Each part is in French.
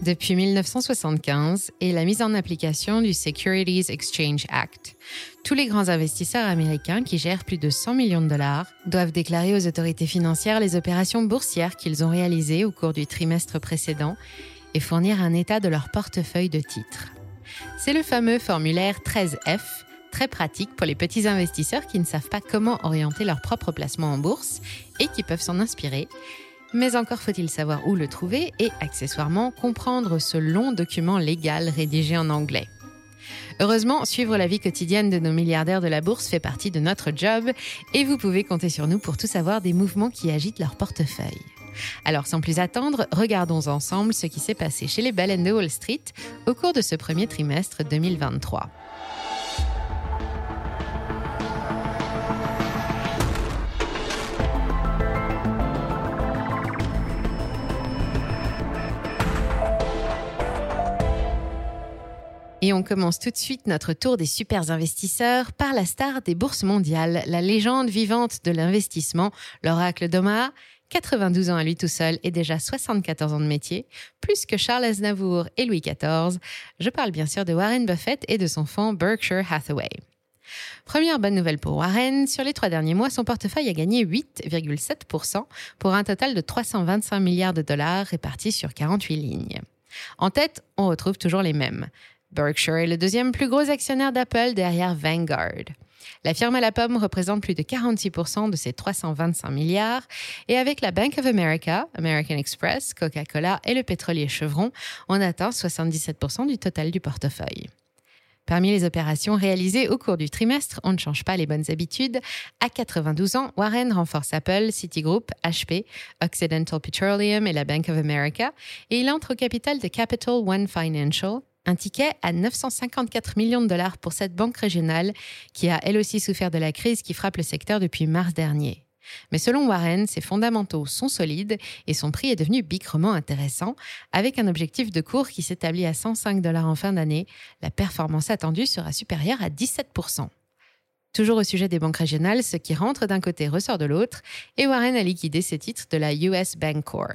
depuis 1975 et la mise en application du Securities Exchange Act. Tous les grands investisseurs américains qui gèrent plus de 100 millions de dollars doivent déclarer aux autorités financières les opérations boursières qu'ils ont réalisées au cours du trimestre précédent et fournir un état de leur portefeuille de titres. C'est le fameux formulaire 13F, très pratique pour les petits investisseurs qui ne savent pas comment orienter leur propre placement en bourse et qui peuvent s'en inspirer. Mais encore faut-il savoir où le trouver et, accessoirement, comprendre ce long document légal rédigé en anglais. Heureusement, suivre la vie quotidienne de nos milliardaires de la bourse fait partie de notre job et vous pouvez compter sur nous pour tout savoir des mouvements qui agitent leur portefeuille. Alors, sans plus attendre, regardons ensemble ce qui s'est passé chez les baleines de Wall Street au cours de ce premier trimestre 2023. Et on commence tout de suite notre tour des super investisseurs par la star des bourses mondiales, la légende vivante de l'investissement, l'oracle d'Omaha, 92 ans à lui tout seul et déjà 74 ans de métier, plus que Charles Aznavour et Louis XIV. Je parle bien sûr de Warren Buffett et de son fonds Berkshire Hathaway. Première bonne nouvelle pour Warren, sur les 3 derniers mois, son portefeuille a gagné 8,7% pour un total de 325 milliards de dollars répartis sur 48 lignes. En tête, on retrouve toujours les mêmes. Berkshire est le deuxième plus gros actionnaire d'Apple derrière Vanguard. La firme à la pomme représente plus de 46% de ces 325 milliards et avec la Bank of America, American Express, Coca-Cola et le pétrolier Chevron, on atteint 77% du total du portefeuille. Parmi les opérations réalisées au cours du trimestre, on ne change pas les bonnes habitudes. À 92 ans, Warren renforce Apple, Citigroup, HP, Occidental Petroleum et la Bank of America et il entre au capital de Capital One Financial, un ticket à 954 millions de dollars pour cette banque régionale qui a elle aussi souffert de la crise qui frappe le secteur depuis mars dernier. Mais selon Warren, ses fondamentaux sont solides et son prix est devenu bigrement intéressant. Avec un objectif de cours qui s'établit à 105 $ en fin d'année, la performance attendue sera supérieure à 17%. Toujours au sujet des banques régionales, ce qui rentre d'un côté ressort de l'autre et Warren a liquidé ses titres de la US Bancorp.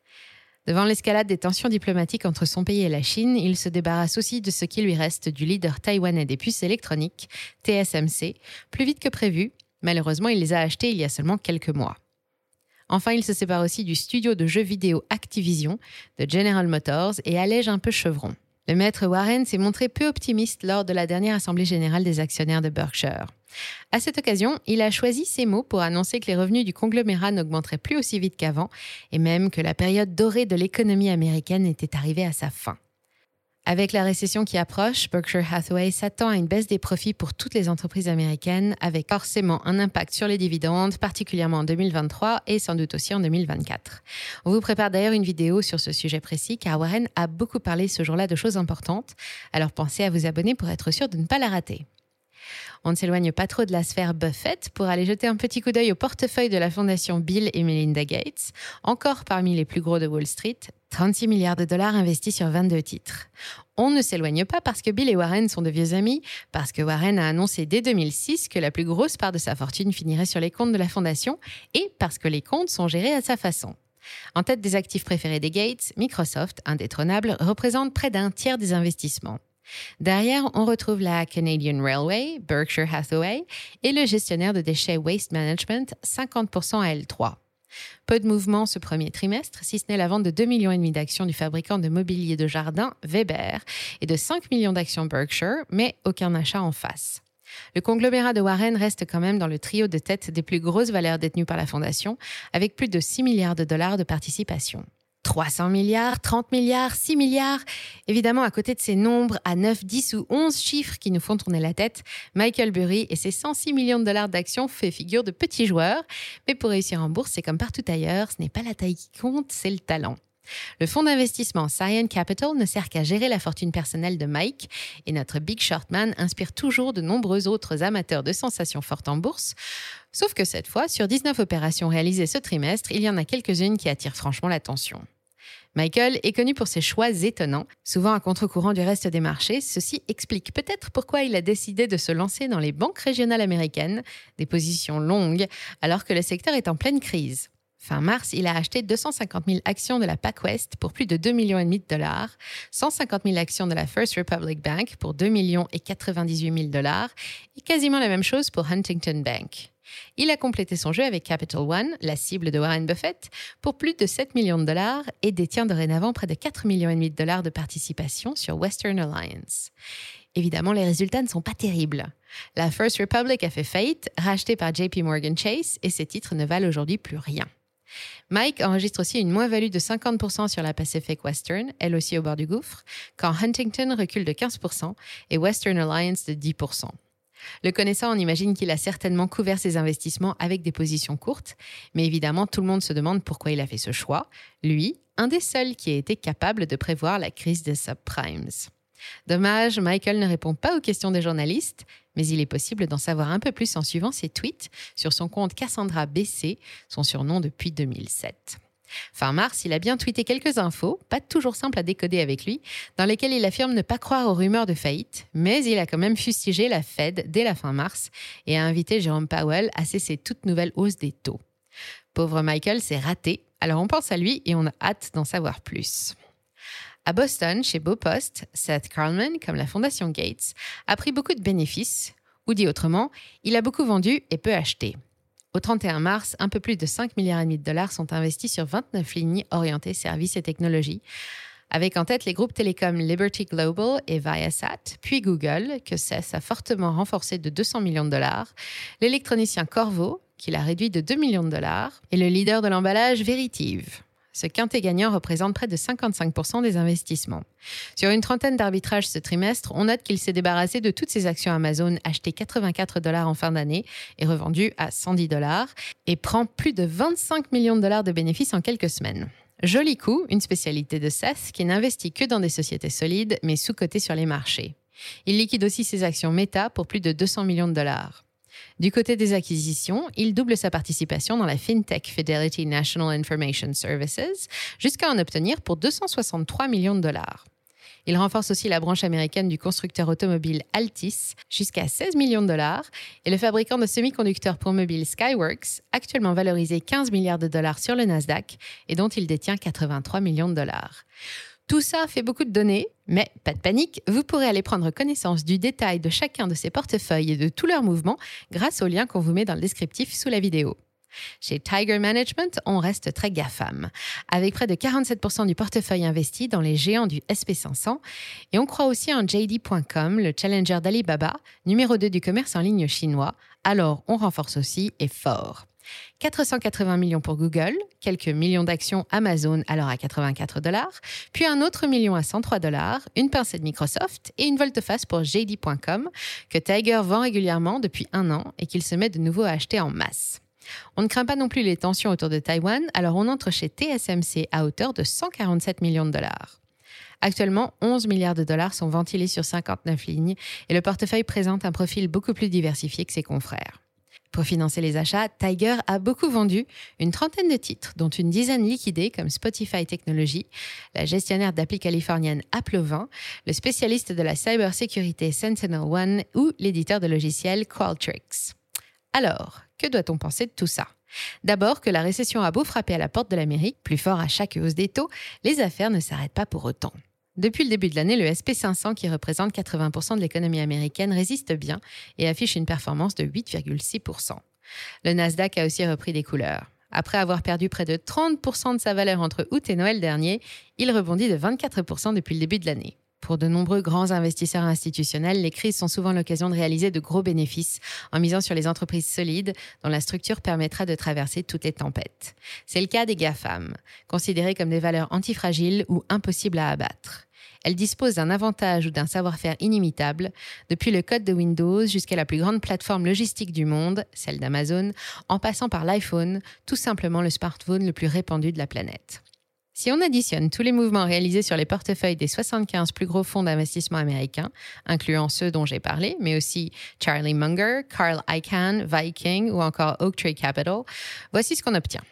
Devant l'escalade des tensions diplomatiques entre son pays et la Chine, il se débarrasse aussi de ce qui lui reste du leader taïwanais des puces électroniques, TSMC, plus vite que prévu. Malheureusement, il les a achetés il y a seulement quelques mois. Enfin, il se sépare aussi du studio de jeux vidéo Activision, de General Motors et allège un peu Chevron. Le maître Warren s'est montré peu optimiste lors de la dernière assemblée générale des actionnaires de Berkshire. À cette occasion, il a choisi ces mots pour annoncer que les revenus du conglomérat n'augmenteraient plus aussi vite qu'avant et même que la période dorée de l'économie américaine était arrivée à sa fin. Avec la récession qui approche, Berkshire Hathaway s'attend à une baisse des profits pour toutes les entreprises américaines avec forcément un impact sur les dividendes, particulièrement en 2023 et sans doute aussi en 2024. On vous prépare d'ailleurs une vidéo sur ce sujet précis car Warren a beaucoup parlé ce jour-là de choses importantes, alors pensez à vous abonner pour être sûr de ne pas la rater. On ne s'éloigne pas trop de la sphère Buffett pour aller jeter un petit coup d'œil au portefeuille de la fondation Bill et Melinda Gates, encore parmi les plus gros de Wall Street, 36 milliards de dollars investis sur 22 titres. On ne s'éloigne pas parce que Bill et Warren sont de vieux amis, parce que Warren a annoncé dès 2006 que la plus grosse part de sa fortune finirait sur les comptes de la fondation et parce que les comptes sont gérés à sa façon. En tête des actifs préférés des Gates, Microsoft, indétrônable, représente près d'un tiers des investissements. Derrière, on retrouve la Canadian Railway, Berkshire Hathaway, et le gestionnaire de déchets Waste Management, 50% à L3. Peu de mouvements ce premier trimestre, si ce n'est la vente de 2,5 millions d'actions du fabricant de mobilier de jardin Weber et de 5 millions d'actions Berkshire, mais aucun achat en face. Le conglomérat de Warren reste quand même dans le trio de tête des plus grosses valeurs détenues par la fondation, avec plus de 6 milliards de dollars de participation. 300 milliards, 30 milliards, 6 milliards. Évidemment, à côté de ces nombres à 9, 10 ou 11 chiffres qui nous font tourner la tête, Michael Burry et ses 106 millions de dollars d'actions fait figure de petits joueurs. Mais pour réussir en bourse, c'est comme partout ailleurs, ce n'est pas la taille qui compte, c'est le talent. Le fonds d'investissement Cyan Capital ne sert qu'à gérer la fortune personnelle de Mike et notre Big Shortman inspire toujours de nombreux autres amateurs de sensations fortes en bourse. Sauf que cette fois, sur 19 opérations réalisées ce trimestre, il y en a quelques-unes qui attirent franchement l'attention. Michael est connu pour ses choix étonnants, souvent à contre-courant du reste des marchés. Ceci explique peut-être pourquoi il a décidé de se lancer dans les banques régionales américaines, des positions longues, alors que le secteur est en pleine crise. Fin mars, il a acheté 250 000 actions de la PacWest pour plus de 2,5 millions de dollars, 150 000 actions de la First Republic Bank pour 2 millions et 98 000 dollars et quasiment la même chose pour Huntington Bank. Il a complété son jeu avec Capital One, la cible de Warren Buffett, pour plus de 7 millions de dollars et détient dorénavant près de 4,5 millions de dollars de participation sur Western Alliance. Évidemment, les résultats ne sont pas terribles. La First Republic a fait faillite, rachetée par JP Morgan Chase, et ses titres ne valent aujourd'hui plus rien. Mike enregistre aussi une moins-value de 50% sur la Pacific Western, elle aussi au bord du gouffre, quand Huntington recule de 15% et Western Alliance de 10%. Le connaissant, on imagine qu'il a certainement couvert ses investissements avec des positions courtes, mais évidemment, tout le monde se demande pourquoi il a fait ce choix. Lui, un des seuls qui a été capable de prévoir la crise des subprimes. Dommage, Michael ne répond pas aux questions des journalistes, mais il est possible d'en savoir un peu plus en suivant ses tweets sur son compte Cassandra BC, son surnom depuis 2007. Fin mars, il a bien tweeté quelques infos, pas toujours simples à décoder avec lui, dans lesquelles il affirme ne pas croire aux rumeurs de faillite, mais il a quand même fustigé la Fed dès la fin mars et a invité Jerome Powell à cesser toute nouvelle hausse des taux. Pauvre Michael, c'est raté, alors on pense à lui et on a hâte d'en savoir plus. À Boston, chez Beaupost, Seth Karlman, comme la fondation Gates, a pris beaucoup de bénéfices, ou dit autrement, il a beaucoup vendu et peu acheté. Au 31 mars, un peu plus de 5,5 milliards de dollars sont investis sur 29 lignes orientées services et technologies, avec en tête les groupes télécoms Liberty Global et Viasat, puis Google, que Seth a fortement renforcé de 200 millions de dollars, l'électronicien Qorvo, qu'il a réduit de 2 millions de dollars, et le leader de l'emballage Veritiv. Ce quintet gagnant représente près de 55% des investissements. Sur une trentaine d'arbitrages ce trimestre, on note qu'il s'est débarrassé de toutes ses actions Amazon achetées 84 $ en fin d'année et revendues à 110 $ et prend plus de 25 millions de dollars de bénéfices en quelques semaines. Joli coup, une spécialité de Seth qui n'investit que dans des sociétés solides mais sous-cotées sur les marchés. Il liquide aussi ses actions Meta pour plus de 200 millions de dollars. Du côté des acquisitions, il double sa participation dans la FinTech Fidelity National Information Services jusqu'à en obtenir pour 263 millions de dollars. Il renforce aussi la branche américaine du constructeur automobile Altis jusqu'à 16 millions de dollars et le fabricant de semi-conducteurs pour mobiles Skyworks, actuellement valorisé 15 milliards de dollars sur le Nasdaq et dont il détient 83 millions de dollars. Tout ça fait beaucoup de données, mais pas de panique, vous pourrez aller prendre connaissance du détail de chacun de ces portefeuilles et de tous leurs mouvements grâce au lien qu'on vous met dans le descriptif sous la vidéo. Chez Tiger Management, on reste très GAFAM, avec près de 47% du portefeuille investi dans les géants du SP500, et on croit aussi en JD.com, le challenger d'Alibaba, numéro 2 du commerce en ligne chinois, alors on renforce aussi et fort. 480 millions pour Google, quelques millions d'actions Amazon alors à 84 $, puis un autre million à 103 $, une pincée de Microsoft et une volte-face pour JD.com que Tiger vend régulièrement depuis 1 an et qu'il se met de nouveau à acheter en masse. On ne craint pas non plus les tensions autour de Taïwan, alors on entre chez TSMC à hauteur de 147 millions de dollars. Actuellement, 11 milliards de dollars sont ventilés sur 59 lignes et le portefeuille présente un profil beaucoup plus diversifié que ses confrères. Pour financer les achats, Tiger a beaucoup vendu, une trentaine de titres, dont une dizaine liquidés comme Spotify Technology, la gestionnaire d'appli californienne Applovin, le spécialiste de la cybersécurité SentinelOne ou l'éditeur de logiciels Qualtrics. Alors, que doit-on penser de tout ça ? D'abord que la récession a beau frapper à la porte de l'Amérique, plus fort à chaque hausse des taux, les affaires ne s'arrêtent pas pour autant. Depuis le début de l'année, le SP500, qui représente 80% de l'économie américaine, résiste bien et affiche une performance de 8,6%. Le Nasdaq a aussi repris des couleurs. Après avoir perdu près de 30% de sa valeur entre août et Noël dernier, il rebondit de 24% depuis le début de l'année. Pour de nombreux grands investisseurs institutionnels, les crises sont souvent l'occasion de réaliser de gros bénéfices en misant sur les entreprises solides dont la structure permettra de traverser toutes les tempêtes. C'est le cas des GAFAM, considérées comme des valeurs antifragiles ou impossibles à abattre. Elles disposent d'un avantage ou d'un savoir-faire inimitable, depuis le code de Windows jusqu'à la plus grande plateforme logistique du monde, celle d'Amazon, en passant par l'iPhone, tout simplement le smartphone le plus répandu de la planète. Si on additionne tous les mouvements réalisés sur les portefeuilles des 75 plus gros fonds d'investissement américains, incluant ceux dont j'ai parlé, mais aussi Charlie Munger, Carl Icahn, Viking ou encore Oaktree Capital, voici ce qu'on obtient.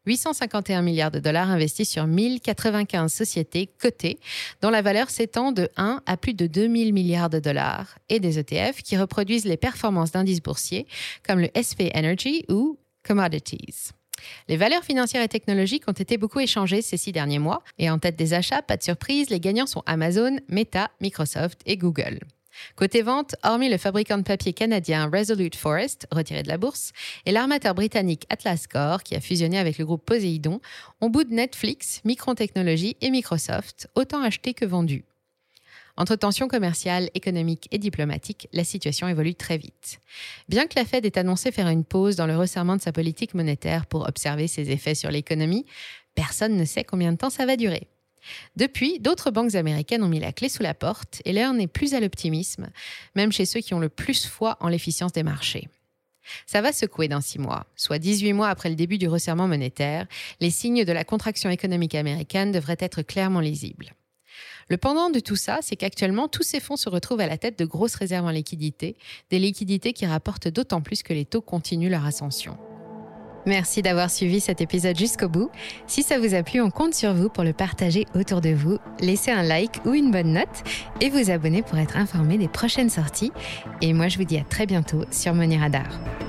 851 milliards de dollars investis sur 1095 sociétés cotées, dont la valeur s'étend de 1 à plus de 2000 milliards de dollars, et des ETF qui reproduisent les performances d'indices boursiers comme le SP Energy ou Commodities. Les valeurs financières et technologiques ont été beaucoup échangées ces 6 derniers mois. Et en tête des achats, pas de surprise, les gagnants sont Amazon, Meta, Microsoft et Google. Côté vente, hormis le fabricant de papier canadien Resolute Forest, retiré de la bourse, et l'armateur britannique Atlas Corp, qui a fusionné avec le groupe Poséidon, on boude Netflix, Micron Technology et Microsoft, autant achetés que vendus. Entre tensions commerciales, économiques et diplomatiques, la situation évolue très vite. Bien que la Fed ait annoncé faire une pause dans le resserrement de sa politique monétaire pour observer ses effets sur l'économie, personne ne sait combien de temps ça va durer. Depuis, d'autres banques américaines ont mis la clé sous la porte et l'heure n'est plus à l'optimisme, même chez ceux qui ont le plus foi en l'efficience des marchés. Ça va secouer dans 6 mois, soit 18 mois après le début du resserrement monétaire. Les signes de la contraction économique américaine devraient être clairement lisibles. Le pendant de tout ça, c'est qu'actuellement, tous ces fonds se retrouvent à la tête de grosses réserves en liquidités, des liquidités qui rapportent d'autant plus que les taux continuent leur ascension. Merci d'avoir suivi cet épisode jusqu'au bout. Si ça vous a plu, on compte sur vous pour le partager autour de vous. Laissez un like ou une bonne note et vous abonner pour être informé des prochaines sorties. Et moi, je vous dis à très bientôt sur Money Radar.